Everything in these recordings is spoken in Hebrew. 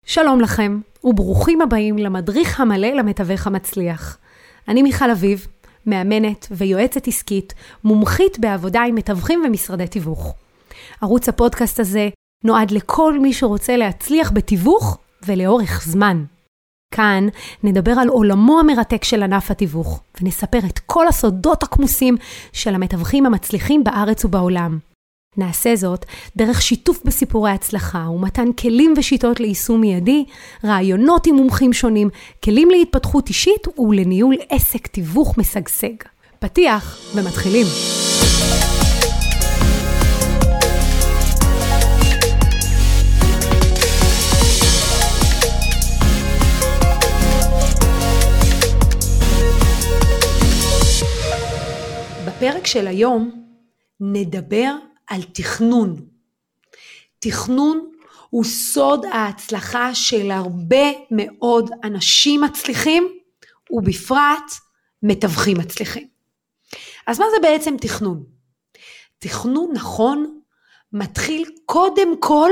שלום לכם, וברוכים הבאים למדריך המלא למתווך המצליח. אני מיכל אביב, מאמנת ויועצת עסקית, מומחית בעבודה עם מתווכים ומשרדי תיווך. ערוץ הפודקאסט הזה נועד לכל מי שרוצה להצליח בתיווך ולאורך זמן. כאן נדבר על עולמו המרתק של ענף התיווך, ונספר את כל הסודות הכמוסים של המתווכים המצליחים בארץ ובעולם. נעשה זאת דרך שיתוף בסיפורי הצלחה ומתן כלים ושיטות ליישום מיידי, רעיונות עם מומחים שונים, כלים להתפתחות אישית ולניהול עסק תיווך משגשג. פתיח ומתחילים. בפרק של היום נדבר על תכנון. תכנון הוא סוד ההצלחה של הרבה מאוד אנשים מצליחים, ובפרט מתווכים מצליחים. אז מה זה בעצם תכנון? תכנון נכון מתחיל קודם כל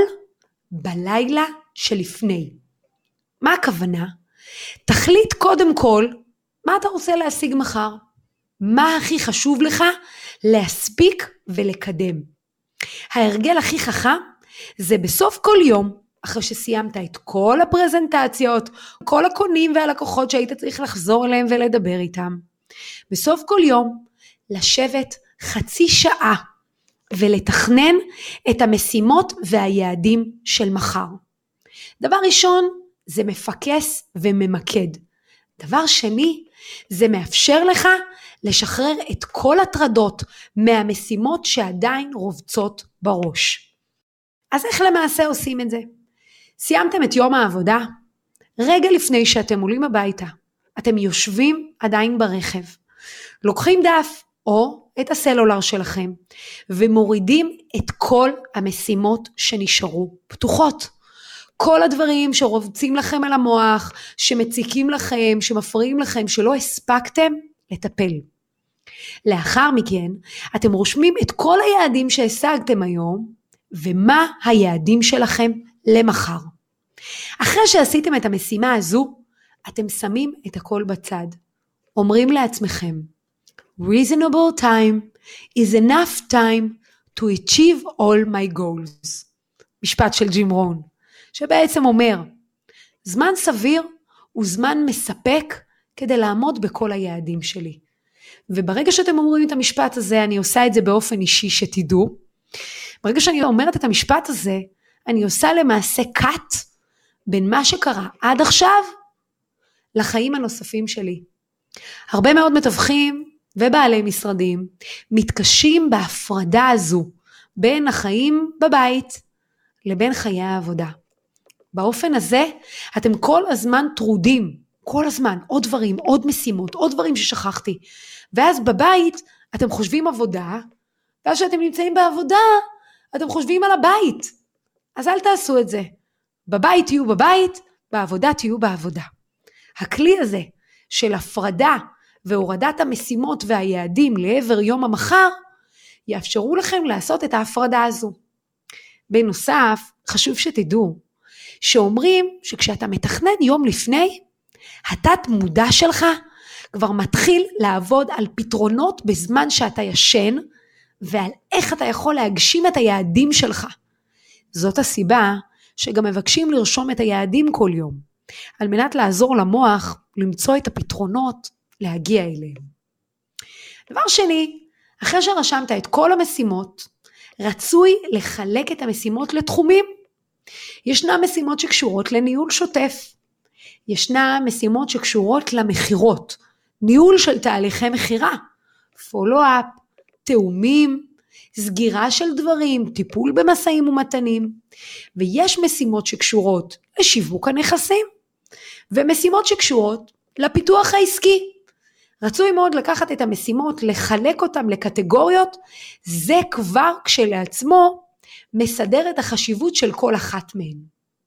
בלילה שלפני. מה הכוונה? תחליט קודם כל מה אתה רוצה להשיג מחר. מה הכי חשוב לך להספיק ולקדם. ההרגל הכי חכם זה בסוף כל יום, אחרי שסיימת את כל הפרזנטציות, כל הקונים והלקוחות שהיית צריך לחזור אליהם ולדבר איתם. בסוף כל יום לשבת חצי שעה ולתכנן את המשימות והיעדים של מחר. דבר ראשון זה מפקס וממקד. דבר שני זה מאפשר לך לשחרר את כל הטרדות מהמשימות שעדיין רובצות בראש. אז איך למעשה עושים את זה? סיימתם את יום העבודה? רגע לפני שאתם עולים הביתה, אתם יושבים עדיין ברכב, לוקחים דף או את הסלולר שלכם, ומורידים את כל המשימות שנשארו פתוחות. כל הדברים שרובצים לכם על המוח, שמציקים לכם, שמפריעים לכם, שלא הספקתם לטפל. לאחר מכן, אתם רושמים את כל היעדים שהשגתם היום, ומה היעדים שלכם למחר. אחרי שעשיתם את המשימה הזו, אתם שמים את הכל בצד. אומרים לעצמכם, reasonable time is enough time to achieve all my goals. משפט של ג'ים רון. שבעצם אומר, זמן סביר הוא זמן מספק כדי לעמוד בכל היעדים שלי. וברגע שאתם אומרים את המשפט הזה, אני עושה את זה באופן אישי שתדעו. ברגע שאני אומרת את המשפט הזה, אני עושה למעשה קאט בין מה שקרה עד עכשיו לחיים הנוספים שלי. הרבה מאוד מתווכים ובעלי משרדים מתקשים בהפרדה הזו בין החיים בבית לבין חיי העבודה. באופן הזה אתם כל הזמן טרודים, כל הזמן, עוד דברים, עוד משימות, עוד דברים ששכחתי. ואז בבית אתם חושבים עבודה, ואז שאתם נמצאים בעבודה, אתם חושבים על הבית. אז אל תעשו את זה. בבית תהיו בבית, בעבודה תהיו בעבודה. הכלי הזה של הפרדה והורדת המשימות והיעדים לעבר יום המחר, יאפשרו לכם לעשות את ההפרדה הזו. בנוסף, חשוב שתדעו, שאומרים שכשאתה מתכנן יום לפני, התת מודע שלך כבר מתחיל לעבוד על פתרונות בזמן שאתה ישן, ועל איך אתה יכול להגשים את היעדים שלך. זאת הסיבה שגם מבקשים לרשום את היעדים כל יום, על מנת לעזור למוח למצוא את הפתרונות להגיע אליהם. דבר שני, אחרי שרשמת את כל המשימות, רצוי לחלק את המשימות לתחומים. ישנה משימות שקשורות לניהול שוטף, ישנה משימות שקשורות למחירות, ניהול של תהליכי מחירה, פולו-אפ, תאומים, סגירה של דברים, טיפול במשאים ומתנים, ויש משימות שקשורות לשיווק הנכסים, ומשימות שקשורות לפיתוח העסקי. רצוי מאוד לקחת את המשימות, לחלק אותם לקטגוריות, זה כבר כשלעצמו מסדר את החשיבות של כל אחת מהן.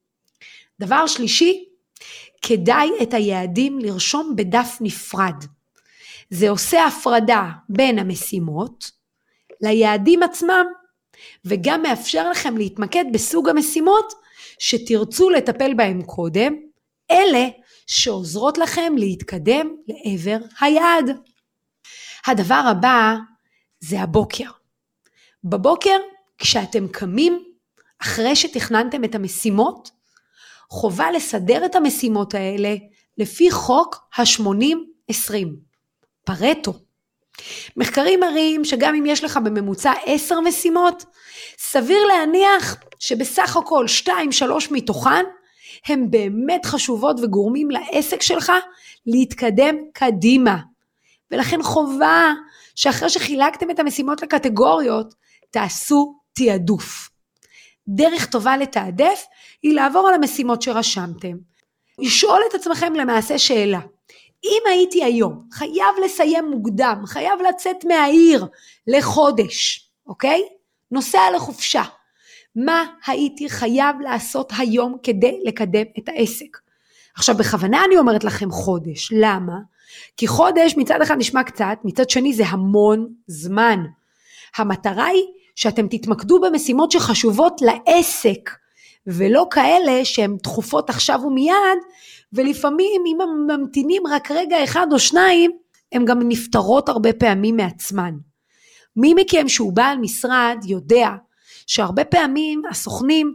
דבר שלישי, כדאי את היעדים לרשום בדף נפרד. זה עושה הפרדה בין המשימות ליעדים עצמם, וגם מאפשר לכם להתמקד בסוג המשימות שתרצו לטפל בהם קודם, אלה שעוזרות לכם להתקדם לעבר היעד. הדבר הבא זה הבוקר. בבוקר, כשאתם קמים, אחרי שתכננתם את המשימות, חובה לסדר את המשימות האלה לפי חוק ה-80-20, פרטו. מחקרים מראים שגם אם יש לך בממוצע 10 משימות, סביר להניח שבסך הכל 2-3 מתוכן, הן באמת חשובות וגורמים לעסק שלך להתקדם קדימה. ולכן חובה שאחרי שחילקתם את המשימות לקטגוריות, תעשו תיעדוף. דרך טובה לתעדף היא לעבור על המשימות שרשמתם. לשאול את עצמכם למעשה שאלה. אם הייתי היום חייב לסיים מוקדם, חייב לצאת מהעיר לחודש, אוקיי? נוסע לחופשה. מה הייתי חייב לעשות היום כדי לקדם את העסק? עכשיו בכוונה אני אומרת לכם חודש. למה? כי חודש מצד אחד נשמע קצת, מצד שני זה המון זמן. המטרה היא שאתם תתמקדו במשימות שחשובות לעסק, ולא כאלה שהן דחופות עכשיו ומיד, ולפעמים אם הם ממתינים רק רגע אחד או שניים, הן גם נפטרות הרבה פעמים מעצמן. מי מכם שהוא בעל משרד יודע שהרבה פעמים הסוכנים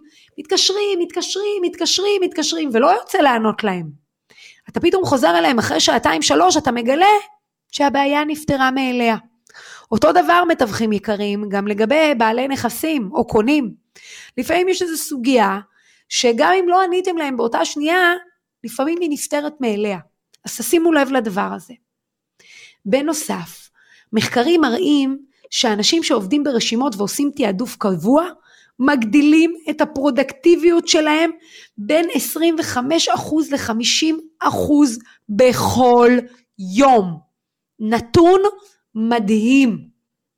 מתקשרים ולא יוצא לענות להם. אתה פתאום חוזר אליהם אחרי 2-3, אתה מגלה שהבעיה נפטרה מאליה. אותו דבר מתווכים יקרים, גם לגבי בעלי נכסים או קונים. לפעמים יש איזו סוגיה, שגם אם לא עניתם להם באותה שנייה, לפעמים היא נפטרת מאליה. אז תשימו לב לדבר הזה. בנוסף, מחקרים מראים שאנשים שעובדים ברשימות ועושים תיעדוף קבוע, מגדילים את הפרודקטיביות שלהם בין 25% ל-50% בכל יום. נתון מדהים.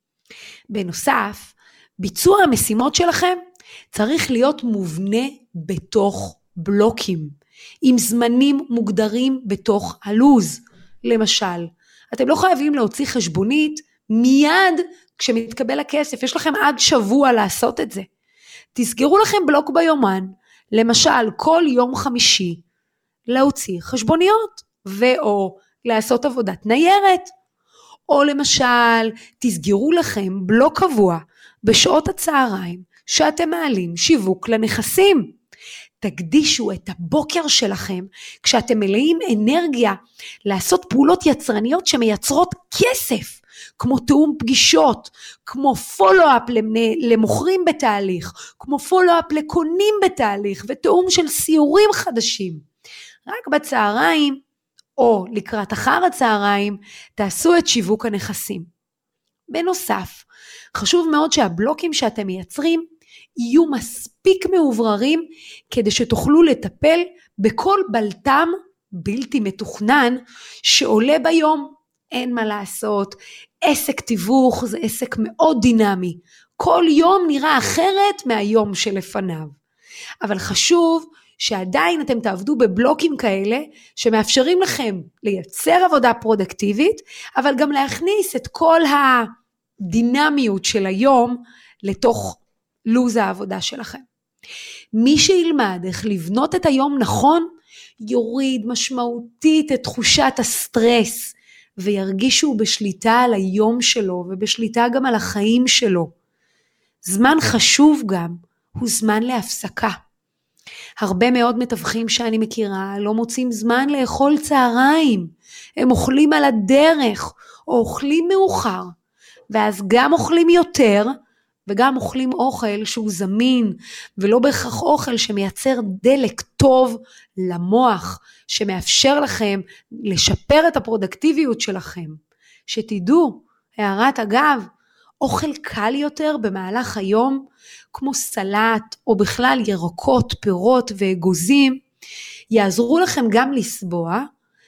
בנוסף, ביצוע המשימות שלכם צריך להיות מובנה בתוך בלוקים, עם זמנים מוגדרים בתוך הלוז. למשל, אתם לא חייבים להוציא חשבונית מיד כשמתקבל הכסף, יש לכם עד שבוע לעשות את זה. תסגרו לכם בלוק ביומן, למשל כל יום חמישי, להוציא חשבוניות, ואו לעשות עבודת ניירת, או למשל תסגרו לכם בלוק קבוע בשעות הצהריים, שאתם מעלים שיווק לנכסים. תקדישו את הבוקר שלכם, כשאתם מלאים אנרגיה, לעשות פעולות יצרניות שמייצרות כסף, כמו תאום פגישות, כמו פולו-אפ למוכרים בתהליך, כמו פולו-אפ לקונים בתהליך, ותאום של סיורים חדשים. רק בצהריים, או לקראת אחר הצהריים, תעשו את שיווק הנכסים. בנוסף, חשוב מאוד שהבלוקים שאתם מייצרים, יהיו מספיק מאובררים, כדי שתוכלו לטפל בכל בלטם בלתי מתוכנן, שעולה ביום. אין מה לעשות, עסק תיווך זה עסק מאוד דינמי, כל יום נראה אחרת מהיום שלפניו, אבל חשוב שעדיין אתם תעבדו בבלוקים כאלה, שמאפשרים לכם לייצר עבודה פרודקטיבית, אבל גם להכניס את כל הדינמיות של היום, לתוך לוז העבודה שלכם. מי שילמד איך לבנות את היום נכון, יוריד משמעותית את תחושת הסטרס, וירגיש שהוא בשליטה על היום שלו, ובשליטה גם על החיים שלו. זמן חשוב גם, הוא זמן להפסקה. הרבה מאוד מתווכים שאני מכירה, לא מוצאים זמן לאכול צהריים, הם אוכלים על הדרך, או אוכלים מאוחר, ואז גם אוכלים יותר, וגם אוכלים אוכל שהוא זמין, ולא בהכרח אוכל שמייצר דלק טוב למוח, שמאפשר לכם לשפר את הפרודקטיביות שלכם. שתדעו, הערת אגב, אוכל קל יותר במהלך היום, כמו סלט או בכלל ירקות, פירות ואגוזים, יעזרו לכם גם לסבוע,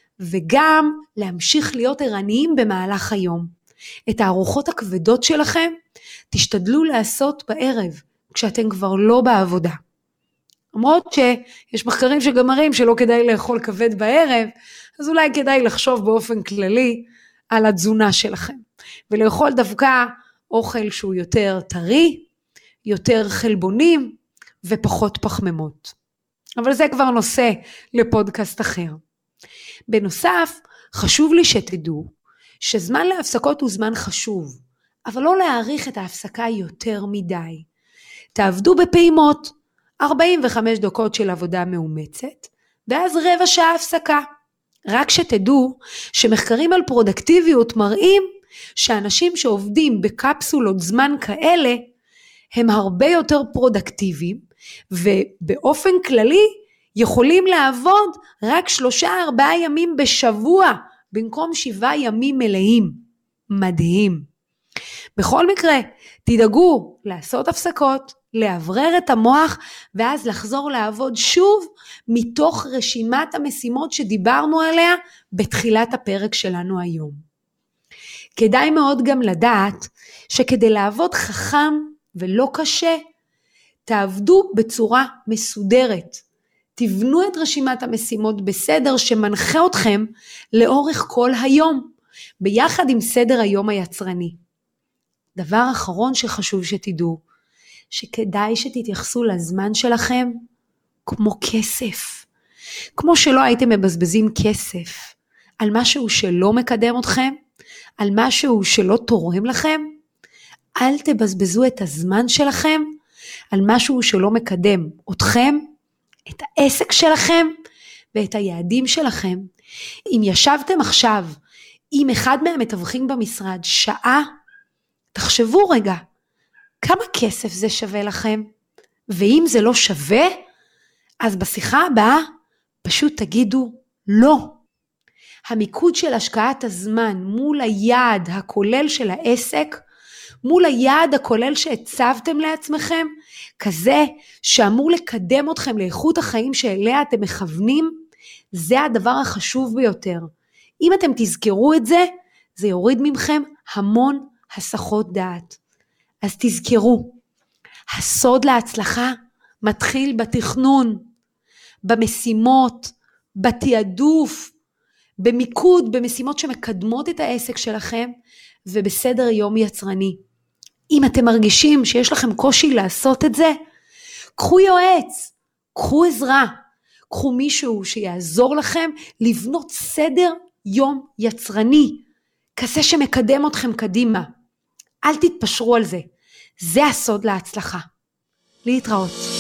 וגם להמשיך להיות ערניים במהלך היום. את הארוחות הכבדות שלכם, תשתדלו לעשות בערב, כשאתם כבר לא בעבודה. למרות שיש מחקרים שגם מראים שלא כדאי לאכול כבד בערב, אז אולי כדאי לחשוב באופן כללי על התזונה שלכם. ולאכול דווקא אוכל שהוא יותר טרי, יותר חלבונים ופחות פחמימות. אבל זה כבר נושא לפודקאסט אחר. בנוסף, חשוב לי שתדעו שזמן להפסקות הוא זמן חשוב, אבל לא להאריך את ההפסקה יותר מדי. תעבדו בפעימות, 45 דקות של עבודה מאומצת, ואז רבע שעה הפסקה. רק שתדעו שמחקרים על פרודקטיביות מראים שאנשים שעובדים בקפסולות זמן כאלה, הם הרבה יותר פרודקטיביים, ובאופן כללי יכולים לעבוד רק 3-4 ימים בשבוע, במקום 7 ימים מלאים. מדהים. בכל מקרה, תדאגו לעשות הפסקות, להברר את המוח, ואז לחזור לעבוד שוב, מתוך רשימת המשימות שדיברנו עליה, בתחילת הפרק שלנו היום. כדאי מאוד גם לדעת, שכדי לעבוד חכם ולא קשה, תעבדו בצורה מסודרת. תבנו את רשימת המשימות בסדר שמנחה אתכם לאורך כל היום, ביחד עם סדר היום היצרני. דבר אחרון שחשוב שתדעו, שכדאי שתתייחסו לזמן שלכם כמו כסף. כמו שלא הייתם מבזבזים כסף על משהו שלא מקדם אתכם, על משהו שלא תורם לכם, אל תבזבזו את הזמן שלכם על משהו שלא מקדם אתכם, את העסק שלכם ואת היעדים שלכם. אם ישבתם עכשיו עם אחד מהמתווכים במשרד שעה, תחשבו רגע, כמה כסף זה שווה לכם? ואם זה לא שווה, אז בשיחה הבאה פשוט תגידו לא. המיקוד של השקעת הזמן מול היעד הכולל של העסק, מול היעד הכולל שהצבתם לעצמכם, כזה שאמור לקדם אתכם לאיכות החיים שאליה אתם מכוונים, זה הדבר החשוב ביותר. אם אתם תזכרו את זה, זה יוריד ממכם המון הסחות דעת. אז תזכרו, הסוד להצלחה מתחיל בתכנון, במשימות, בתיעדוף, במיקוד, במשימות שמקדמות את העסק שלכם, ובסדר יום יצרני. אם אתם מרגישים שיש לכם קושי לעשות את זה, קחו יועץ, קחו עזרה, קחו מישהו שיעזור לכם לבנות סדר יום יצרני, כזה שמקדם אתכם קדימה. אל תתפשרו על זה, זה הסוד להצלחה. להתראות.